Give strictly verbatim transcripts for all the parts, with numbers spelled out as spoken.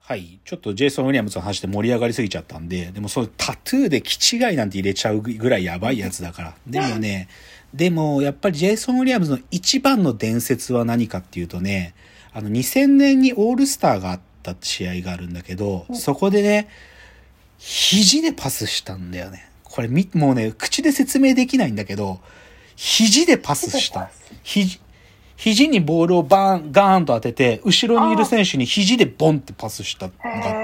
はい。ちょっとジェイソン・ウィリアムズの話で盛り上がりすぎちゃったんで、でもそういうタトゥーで気違いなんて入れちゃうぐらいやばいやつだから。でもね、でもやっぱりジェイソン・ウィリアムズの一番の伝説は何かっていうとね、あのにせんねんにオールスターがあった試合があるんだけど、そこでね、肘でパスしたんだよね。これもうね、口で説明できないんだけど、肘でパスした。肘、肘にボールをバーン、ガーンと当てて、後ろにいる選手に肘でボンってパスしたのがあって、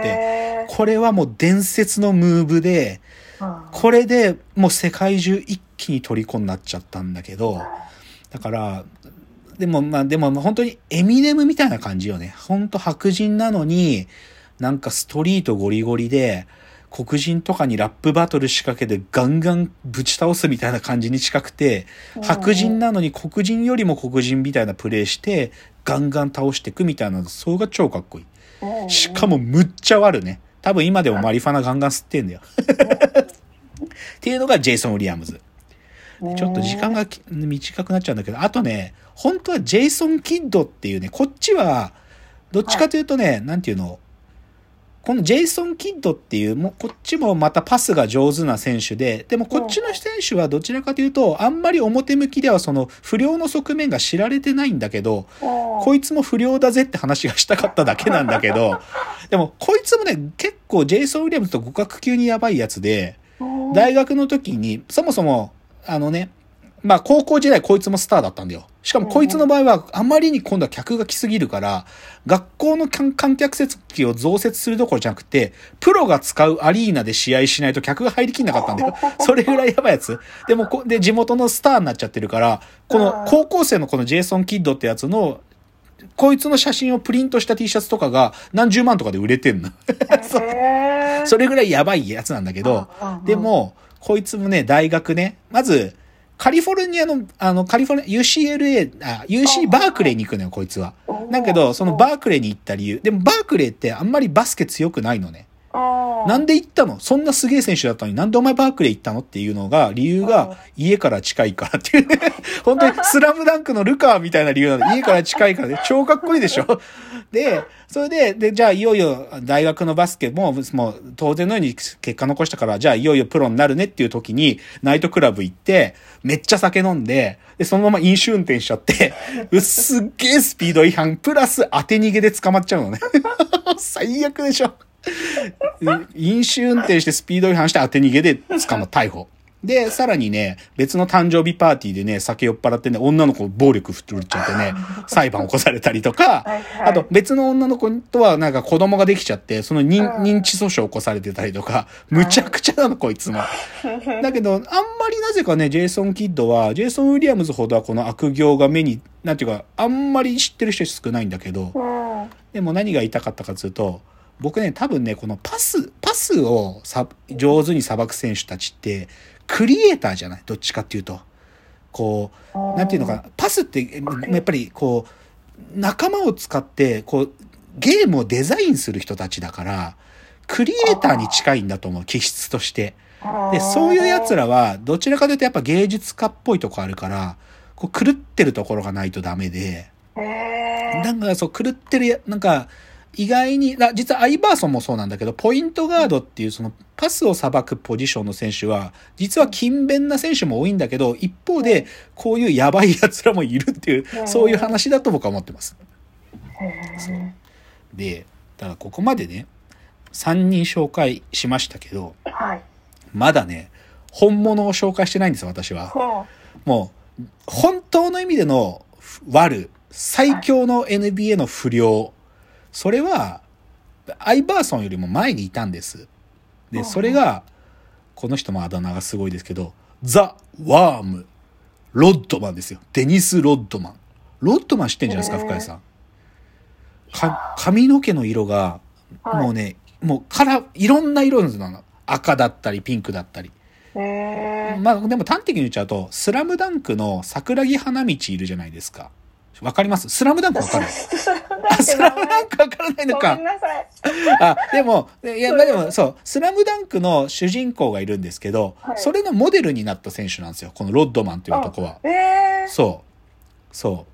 これはもう伝説のムーブで、これでもう世界中一気に虜になっちゃったんだけど、だから、でもまあでも本当にエミネムみたいな感じよね。本当白人なのに、なんかストリートゴリゴリで、黒人とかにラップバトル仕掛けてガンガンぶち倒すみたいな感じに近くて、白人なのに黒人よりも黒人みたいなプレーしてガンガン倒していくみたいな、それが超かっこいい。しかもむっちゃ悪ね。多分今でもマリファナガンガン吸ってんだよっていうのがジェイソン・ウィリアムズ。ちょっと時間が短くなっちゃうんだけど、あとね、本当はジェイソン・キッドっていうね、こっちはどっちかというとね、なんていうの、このジェイソン・キッドっていう、もうこっちもまたパスが上手な選手で、でもこっちの選手はどちらかというと、あんまり表向きではその不良の側面が知られてないんだけど、こいつも不良だぜって話がしたかっただけなんだけど、でもこいつもね、結構ジェイソン・ウィリアムズと互角級にやばいやつで、大学の時に、そもそも、あのね、まあ高校時代こいつもスターだったんだよ。しかもこいつの場合はあまりに今度は客が来すぎるから、学校の観客席を増設するどころじゃなくて、プロが使うアリーナで試合しないと客が入りきんなかったんだよ。それぐらいやばいやつ。でもこ、で、地元のスターになっちゃってるから、この高校生のこのジェイソン・キッドってやつの、こいつの写真をプリントした T シャツとかが何十万とかで売れてんの。そ, それぐらいやばいやつなんだけど、でも、こいつもね、大学ね、まず、カリフォルニアの、あの、カリフォルニア、ユーシーエルエー、あ、ユーシー バークレーに行くのよ、こいつは。だけど、そのバークレーに行った理由、でもバークレーってあんまりバスケ強くないのね。なんで行ったの？そんなすげえ選手だったのになんでお前バークレー行ったのっていうのが、理由が家から近いからっていうね。本当にスラムダンクのルカーみたいな理由なの。家から近いからね。超かっこいいでしょ？で、それで、で、じゃあいよいよ大学のバスケも、もう当然のように結果残したから、じゃあいよいよプロになるねっていう時に、ナイトクラブ行って、めっちゃ酒飲んで、で、そのまま飲酒運転しちゃって、うっすっげえスピード違反、プラス当て逃げで捕まっちゃうのね。最悪でしょ。飲酒運転してスピード違反して当て逃げで捕まっ逮捕。で、さらにね、別の誕生日パーティーでね、酒酔っ払ってね、女の子暴力振るっちゃってね、裁判起こされたりとか、あと別の女の子とはなんか子供ができちゃって、その 認, 認知訴訟起こされてたりとか、むちゃくちゃなの、こいつも。だけど、あんまりなぜかね、ジェイソン・キッドは、ジェイソン・ウィリアムズほどはこの悪行が目に、なんていうか、あんまり知ってる人少ないんだけど、でも何が言いたかったかというと、僕ね、多分ね、このパス、パスをさ上手にさばく選手たちって、クリエイターじゃない？どっちかっていうと。こう、なんていうのかな。パスって、やっぱりこう、仲間を使って、こう、ゲームをデザインする人たちだから、クリエイターに近いんだと思う、気質として。で、そういう奴らは、どちらかというとやっぱ芸術家っぽいとこあるから、こう、狂ってるところがないとダメで、なんかそう、狂ってるや、なんか、意外に、実はアイバーソンもそうなんだけど、ポイントガードっていうそのパスをさばくポジションの選手は、実は勤勉な選手も多いんだけど、一方でこういうやばい奴らもいるっていう、そういう話だと僕は思ってます。そうで、だからここまでね、さんにん紹介しましたけど、まだね、本物を紹介してないんですよ、私は。もう、本当の意味での悪、最強の エヌビーエー の不良、それは、アイバーソンよりも前にいたんです。で、それが、この人もあだ名がすごいですけど、ザ・ワーム、ロッドマンですよ。デニス・ロッドマン。ロッドマン知ってんじゃないですか、深谷さん。か、髪の毛の色が、もうね、もうカラ、いろんな色なの。赤だったり、ピンクだったり。まあ、でも端的に言っちゃうと、スラムダンクの桜木花道いるじゃないですか。わかります？スラムダンクわかる？あ、スラムダンクわからないのか。ごめんなさい。あ、でも、いや、まあでも、そう、スラムダンクの主人公がいるんですけど、はい、それのモデルになった選手なんですよ。このロッドマンという男は。えー、そう。そう。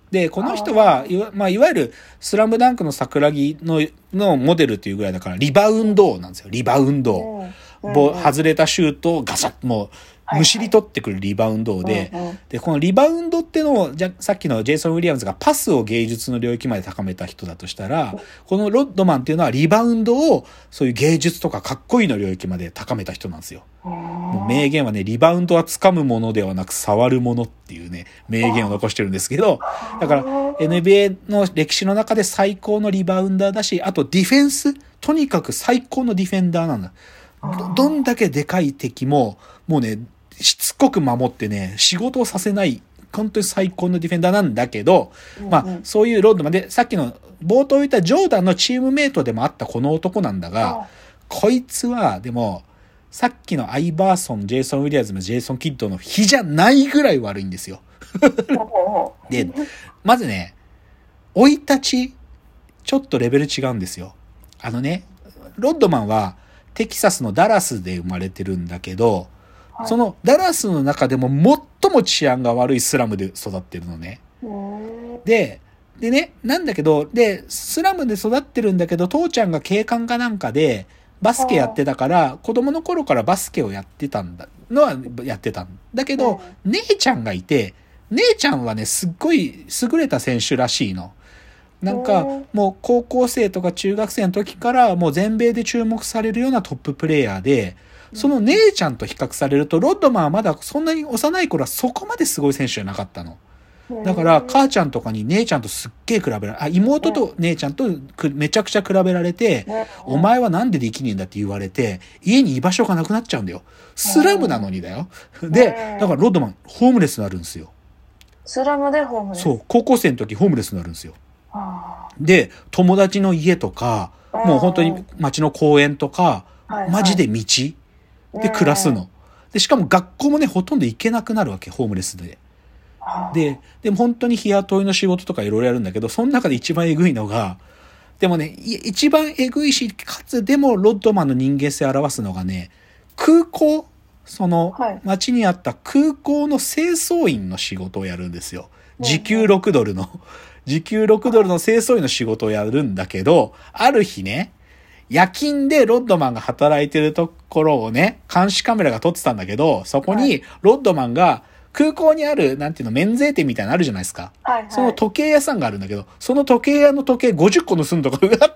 で、この人は、いわ、まあ、いわゆる、スラムダンクの桜木の、のモデルっていうぐらいだから、リバウンド王なんですよ。リバウンド王。うん、ぼ外れたシュートをガサッ、もう、むしり取ってくるリバウンド王で、はいはい、で、このリバウンドってのを、じゃ、さっきのジェイソン・ウィリアムズがパスを芸術の領域まで高めた人だとしたら、このロッドマンっていうのはリバウンドを、そういう芸術とかかっこいいの領域まで高めた人なんですよ。もう名言はね、リバウンドは掴むものではなく触るものっていうね、名言を残してるんですけど、だから エヌビーエー の歴史の中で最高のリバウンダーだし、あとディフェンス、とにかく最高のディフェンダーなんだ。ど, どんだけでかい敵も、もうね、しつこく守ってね、仕事をさせない、本当に最高のディフェンダーなんだけど、まあ、そういうロッドマンで、さっきの冒頭言ったジョーダンのチームメイトでもあったこの男なんだが、こいつは、でも、さっきのアイバーソン、ジェイソン・ウィリアムズのジェイソン・キッドの比じゃないぐらい悪いんですよ。で、まずね、生い立ち、ちょっとレベル違うんですよ。あのね、ロッドマンはテキサスのダラスで生まれてるんだけど、そのダラスの中でも最も治安が悪いスラムで育ってるのね。で、でね、なんだけど、で、スラムで育ってるんだけど、父ちゃんが警官かなんかでバスケやってたから、子供の頃からバスケをやってたんだ、のはやってたんだけど、姉ちゃんがいて、姉ちゃんはね、すっごい優れた選手らしいの。なんか、もう高校生とか中学生の時からもう全米で注目されるようなトッププレイヤーで、その姉ちゃんと比較されると、ロッドマンはまだそんなに幼い頃はそこまですごい選手じゃなかったの。だから、母ちゃんとかに姉ちゃんとすっげえ比べられ、あ、妹と姉ちゃんとめちゃくちゃ比べられて、お前はなんでできねえんだって言われて、家に居場所がなくなっちゃうんだよ。スラムなのにだよ。で、だからロッドマン、ホームレスになるんですよ。 スラムでホームレス？ そう、高校生の時ホームレスになるんですよ。で、友達の家とか、もう本当に街の公園とか、マジで道で暮らすの。で、しかも学校もね、ほとんど行けなくなるわけ、ホームレスで。で、でも本当に日雇いの仕事とかいろいろやるんだけど、その中で一番えぐいのが、でもね、一番えぐいし、かつでもロッドマンの人間性を表すのがね、空港、その街にあった空港の清掃員の仕事をやるんですよ。時給ろくドルの。時給ろくドルの清掃員の仕事をやるんだけど、ある日ね、夜勤でロッドマンが働いてるところをね、監視カメラが撮ってたんだけど、そこにロッドマンが空港にある、なんていうの、免税店みたいなのあるじゃないですか。はいはい、その時計屋さんがあるんだけど、その時計屋の時計ごじゅっこ盗んだとかがあって、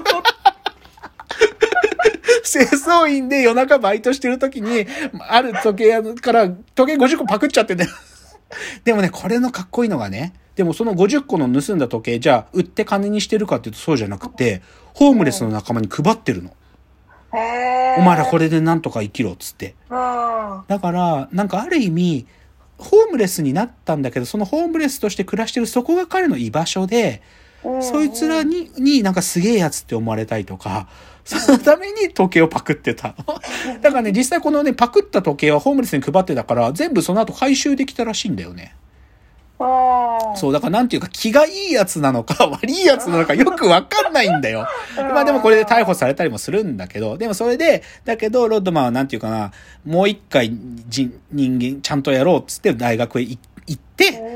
清掃員で夜中バイトしてる時に、ある時計屋から時計ごじゅっこパクっちゃってんだよ。でもね、これのかっこいいのがね、でもそのごじゅっこの盗んだ時計、じゃあ売って金にしてるかっていうとそうじゃなくて、ホームレスの仲間に配ってるの。 へー。 お前らこれでなんとか生きろっつって。だから、なんかある意味、ホームレスになったんだけど、そのホームレスとして暮らしてるそこが彼の居場所で、そいつらに、になんかすげえやつって思われたいとか、そのために時計をパクってた。だからね、実際このね、パクった時計はホームレスに配ってたから、全部その後回収できたらしいんだよね。そう、だからなんていうか気がいいやつなのか悪いやつなのかよくわかんないんだよ。まあでもこれで逮捕されたりもするんだけど、でもそれで、だけどロッドマンはなんていうかな、もう一回人間ちゃんとやろうっつって大学へ行って、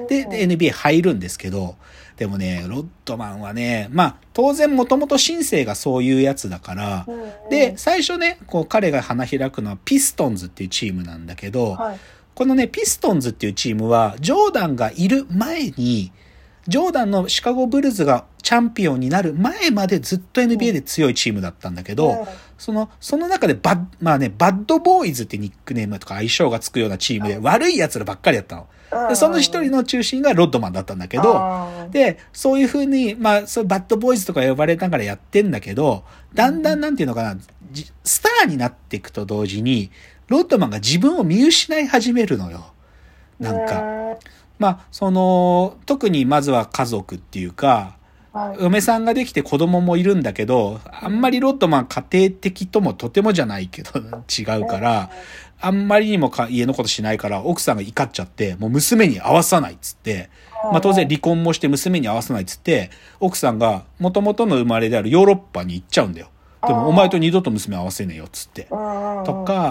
で、で エヌビーエー 入るんですけど、でもね、ロッドマンはね、まあ当然もともと新生がそういうやつだから、で、最初ね、こう彼が花開くのはピストンズっていうチームなんだけど、はい、このね、ピストンズっていうチームは、ジョーダンがいる前に、ジョーダンのシカゴブルズがチャンピオンになる前までずっと エヌビーエー で強いチームだったんだけど、うん、その、その中でバッ、まあね、バッドボーイズってニックネームとか相性がつくようなチームで悪い奴らばっかりやったの。でその一人の中心がロッドマンだったんだけど、で、そういう風に、まあ、そうバッドボーイズとか呼ばれながらやってんだけど、だんだんなんていうのかな、スターになっていくと同時に、ロッドマンが自分を見失い始めるのよ。なんか。まあ、その、特にまずは家族っていうか、はい、嫁さんができて子供もいるんだけど、あんまりロッドマン家庭的ともとてもじゃないけど違うから、あんまりにもか家のことしないから奥さんが怒っちゃって、もう娘に会わさないっつって、まあ当然離婚もして娘に会わさないっつって、奥さんが元々の生まれであるヨーロッパに行っちゃうんだよ。でもお前と二度と娘会わせねえよっつって。とか、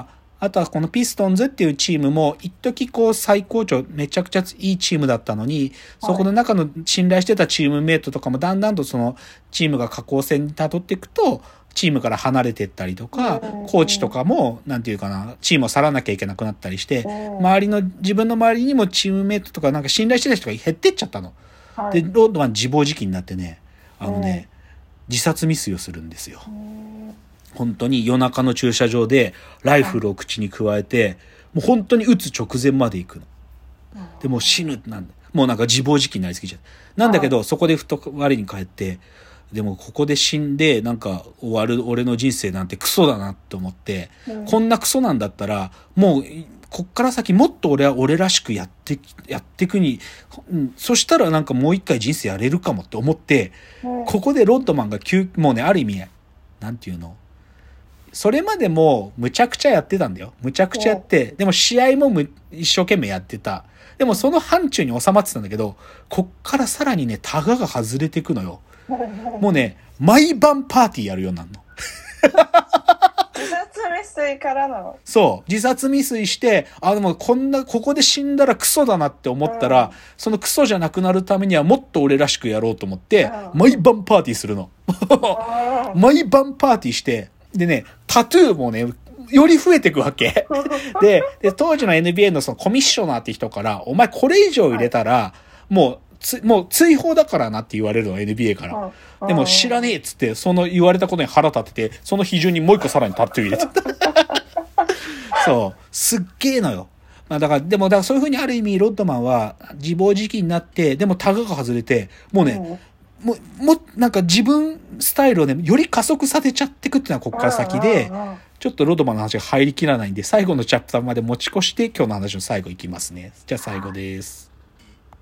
あとはこのピストンズっていうチームも、一時こう最高潮、めちゃくちゃいいチームだったのに、そこの中の信頼してたチームメイトとかもだんだんとそのチームが下降線に辿っていくと、チームから離れていったりとか、コーチとかも、なんていうかな、チームを去らなきゃいけなくなったりして、周りの、自分の周りにもチームメイトとかなんか信頼してた人が減ってっちゃったの。で、ロードマン自暴自棄になってね、あのね、自殺未遂をするんですよ。本当に夜中の駐車場でライフルを口に加えて、もう本当に撃つ直前まで行くの。でもう死ぬなんだ。もうなんか自暴自棄になりすぎちゃう。なんだけど、そこでふと我に返って、でもここで死んでなんか終わる俺の人生なんてクソだなって思って、うん、こんなクソなんだったらもうこっから先もっと俺は俺らしくやってやってくに、うん、そしたらなんかもう一回人生やれるかもって思って、うん、ここでロッドマンが急もうねある意味なんていうの、それまでもむちゃくちゃやってたんだよ。むちゃくちゃやって、うん、でも試合もむ一生懸命やってた。でもその範疇に収まってたんだけど、こっからさらにねタガが外れていくのよ。もうね、毎晩パーティーやるようになるの。 自殺未遂からなの？ そう。自殺未遂して、あ、でもこんな、ここで死んだらクソだなって思ったら、うん、そのクソじゃなくなるためにはもっと俺らしくやろうと思って、うん、毎晩パーティーするの。うん、毎晩パーティーして、でね、タトゥーもね、より増えていくわけ。で、で、当時の エヌビーエー のそのコミッショナーって人から、お前これ以上入れたら、もう、つもう追放だからなって言われるの エヌビーエー から、うん、でも知らねえっつってその言われたことに腹立ってて、その比重にもう一個さらにタトゥー入れてそうすっげえのよ。まあだからでもだからそういう風にある意味ロッドマンは自暴自棄になって、でもタガが外れてもうね、うん、もうもなんか自分スタイルをねより加速させちゃってくっていうのはここから先で、ちょっとロッドマンの話が入りきらないんで最後のチャプターまで持ち越して今日の話の最後いきますね。じゃあ最後です。